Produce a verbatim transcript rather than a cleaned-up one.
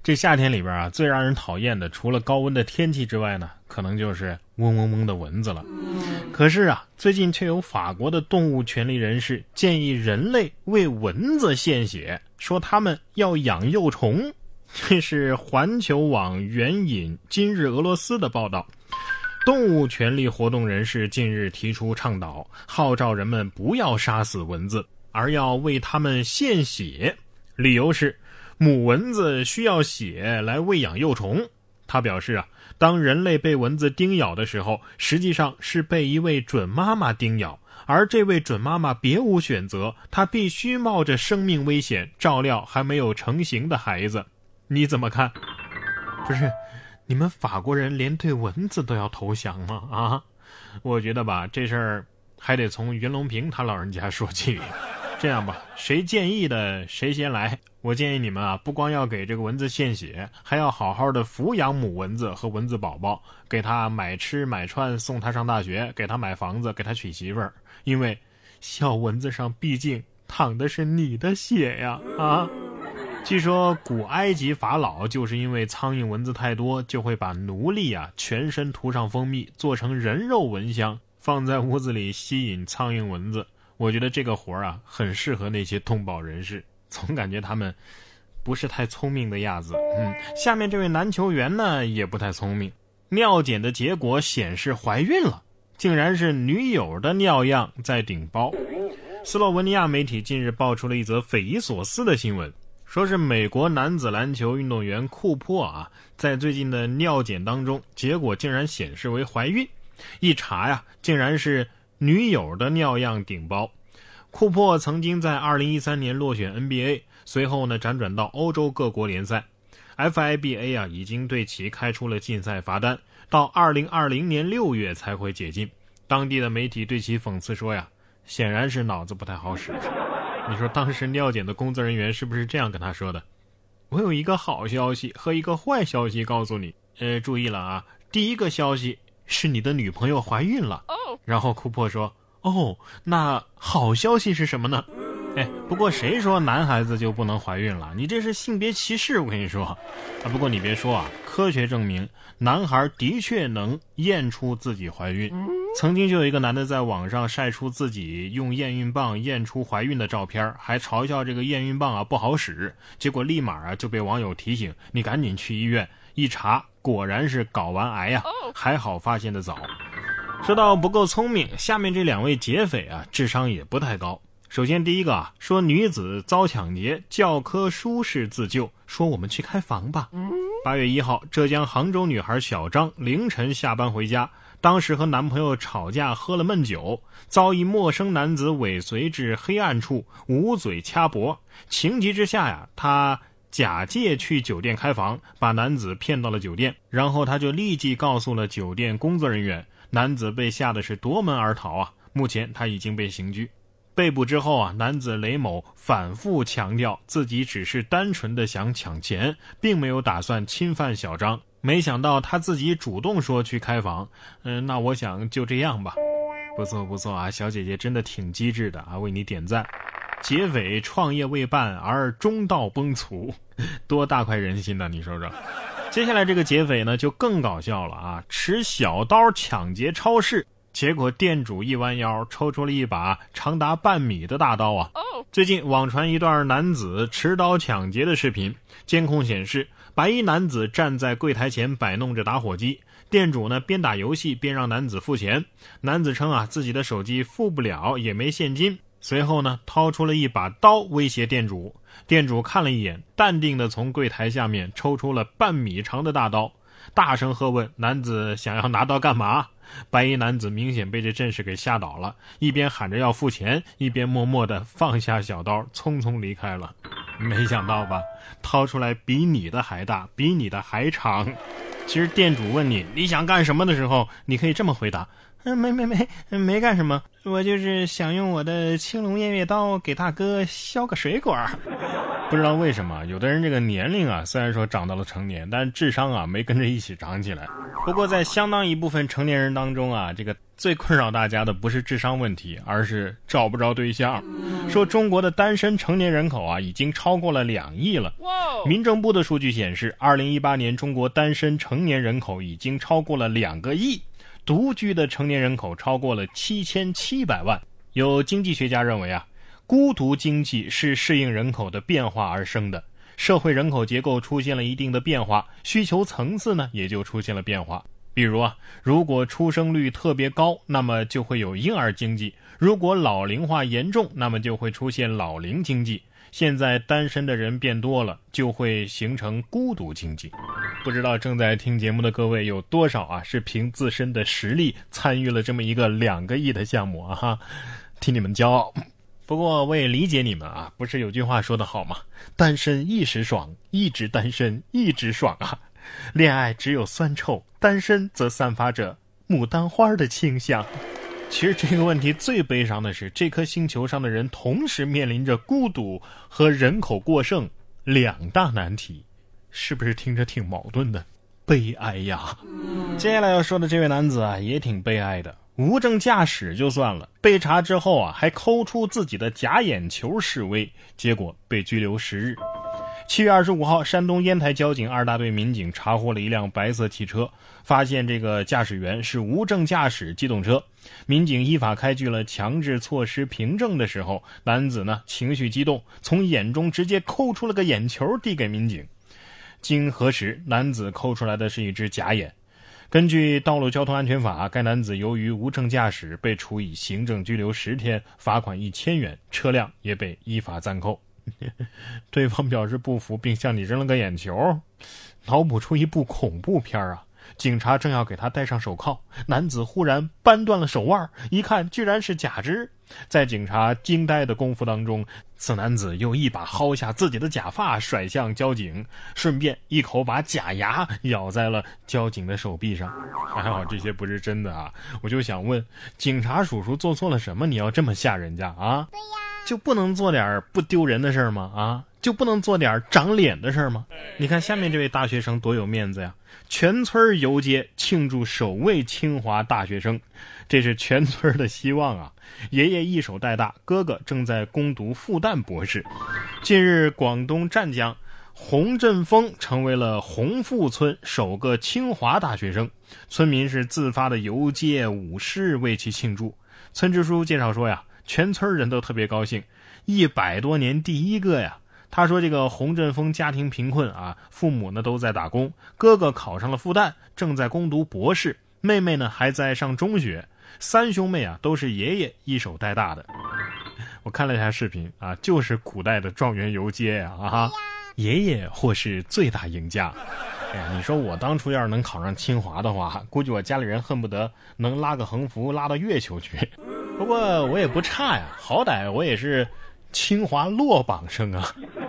这夏天里边啊，最让人讨厌的，除了高温的天气之外呢，可能就是嗡嗡嗡的蚊子了。可是啊，最近却有法国的动物权利人士建议人类为蚊子献血，说他们要养幼虫。这是环球网援引今日俄罗斯的报道。动物权利活动人士近日提出倡导，号召人们不要杀死蚊子，而要为它们献血。理由是母蚊子需要血来喂养幼虫。他表示啊，当人类被蚊子叮咬的时候，实际上是被一位准妈妈叮咬，而这位准妈妈别无选择，她必须冒着生命危险照料还没有成型的孩子。你怎么看？不是，你们法国人连对蚊子都要投降吗？啊，我觉得吧，这事儿还得从袁隆平他老人家说起。这样吧，谁建议的谁先来。我建议你们啊，不光要给这个蚊子献血，还要好好的抚养母蚊子和蚊子宝宝，给他买吃买穿，送他上大学，给他买房子，给他娶媳妇儿。因为小蚊子上毕竟淌的是你的血呀！啊，据说古埃及法老就是因为苍蝇蚊子太多，就会把奴隶啊全身涂上蜂蜜，做成人肉蚊香，放在屋子里吸引苍蝇蚊子。我觉得这个活啊，很适合那些动保人士，总感觉他们不是太聪明的样子。嗯，下面这位男球员呢，也不太聪明。尿检的结果显示怀孕了，竟然是女友的尿样在顶包。斯洛文尼亚媒体近日爆出了一则匪夷所思的新闻，说是美国男子篮球运动员库珀啊，在最近的尿检当中，结果竟然显示为怀孕。一查呀，竟然是女友的尿样顶包。库珀曾经在二零一三年落选 N B A， 随后呢辗转到欧洲各国联赛。F I B A 啊已经对其开出了禁赛罚单，到二零二零年六月才会解禁。当地的媒体对其讽刺说呀，显然是脑子不太好使。你说当时尿检的工作人员是不是这样跟他说的？我有一个好消息和一个坏消息告诉你。呃，注意了啊，第一个消息是你的女朋友怀孕了。然后库珀说，哦，那好消息是什么呢？哎，不过谁说男孩子就不能怀孕了？你这是性别歧视，我跟你说。啊，不过你别说啊，科学证明男孩的确能验出自己怀孕。曾经就有一个男的在网上晒出自己用验孕棒验出怀孕的照片，还嘲笑这个验孕棒啊不好使，结果立马啊就被网友提醒，你赶紧去医院。一查果然是睾丸癌啊，还好发现的早。说到不够聪明，下面这两位劫匪啊智商也不太高。首先第一个啊，说女子遭抢劫，教科书式自救，说我们去开房吧。八月一号，浙江杭州女孩小张凌晨下班回家，当时和男朋友吵架，喝了闷酒，遭一陌生男子尾随至黑暗处，捂嘴掐脖。情急之下呀，她假借去酒店开房，把男子骗到了酒店，然后她就立即告诉了酒店工作人员，男子被吓得是夺门而逃啊！目前他已经被刑拘。被捕之后啊，男子雷某反复强调自己只是单纯的想抢钱，并没有打算侵犯小张。没想到他自己主动说去开房，嗯、呃，那我想就这样吧。不错不错啊，小姐姐真的挺机智的啊，为你点赞。劫匪创业未半而中道崩殂，多大快人心呢？你说说。接下来这个劫匪呢就更搞笑了啊，持小刀抢劫超市，结果店主一弯腰抽出了一把长达半米的大刀啊！最近网传一段男子持刀抢劫的视频，监控显示白衣男子站在柜台前摆弄着打火机，店主呢边打游戏边让男子付钱。男子称啊自己的手机付不了，也没现金，随后呢掏出了一把刀威胁店主。店主看了一眼，淡定地从柜台下面抽出了半米长的大刀，大声喝问男子想要拿刀干嘛。白衣男子明显被这阵势给吓倒了，一边喊着要付钱，一边默默地放下小刀，匆匆离开了。没想到吧，掏出来比你的还大，比你的还长。其实店主问你你想干什么的时候，你可以这么回答，嗯，没没没没干什么，我就是想用我的青龙偃月刀给大哥削个水果。不知道为什么有的人这个年龄啊虽然说长到了成年，但智商啊没跟着一起长起来。不过在相当一部分成年人当中啊，这个最困扰大家的不是智商问题，而是找不着对象。说中国的单身成年人口啊，已经超过了两亿了。民政部的数据显示，二零一八年中国单身成年人口已经超过了两个亿，独居的成年人口超过了七千七百万。有经济学家认为啊，孤独经济是适应人口的变化而生的，社会人口结构出现了一定的变化，需求层次呢也就出现了变化。比如啊，如果出生率特别高，那么就会有婴儿经济；如果老龄化严重，那么就会出现老龄经济。现在单身的人变多了，就会形成孤独经济。不知道正在听节目的各位有多少啊是凭自身的实力参与了这么一个两个亿的项目啊哈，替你们骄傲。不过我也理解你们啊，不是有句话说得好吗？单身一时爽，一直单身一直爽啊。恋爱只有酸臭，单身则散发着牡丹花的清香。其实这个问题最悲伤的是，这颗星球上的人同时面临着孤独和人口过剩两大难题，是不是听着挺矛盾的？悲哀呀！接下来要说的这位男子啊，也挺悲哀的。无证驾驶就算了，被查之后啊，还抠出自己的假眼球示威，结果被拘留十日。七月二十五号，山东烟台交警二大队民警查获了一辆白色汽车，发现这个驾驶员是无证驾驶机动车。民警依法开具了强制措施凭证的时候，男子呢情绪激动，从眼中直接抠出了个眼球递给民警。经核实，男子抠出来的是一只假眼。根据道路交通安全法，该男子由于无证驾驶被处以行政拘留十天，罚款一千元，车辆也被依法暂扣。对方表示不服，并向你扔了个眼球，脑补出一部恐怖片啊！警察正要给他戴上手铐，男子忽然扳断了手腕，一看居然是假肢。在警察惊呆的功夫当中，此男子又一把薅下自己的假发甩向交警，顺便一口把假牙咬在了交警的手臂上。还好这些不是真的啊！我就想问，警察叔叔做错了什么，你要这么吓人家啊？对呀，就不能做点不丢人的事吗？啊，就不能做点长脸的事吗？你看下面这位大学生多有面子呀！全村游街庆祝首位清华大学生，这是全村的希望啊！爷爷一手带大，哥哥正在攻读复旦博士。近日，广东湛江洪振峰成为了洪富村首个清华大学生，村民是自发的游街舞狮为其庆祝。村支书介绍说呀，全村人都特别高兴，一百多年第一个呀。他说这个洪振峰家庭贫困啊，父母呢都在打工，哥哥考上了复旦，正在攻读博士，妹妹呢还在上中学，三兄妹啊都是爷爷一手带大的。我看了一下视频啊，就是古代的状元游街呀 啊, 啊，爷爷或是最大赢家。哎呀，你说我当初要是能考上清华的话，估计我家里人恨不得能拉个横幅拉到月球去。不过我也不差呀，好歹我也是清华落榜生啊。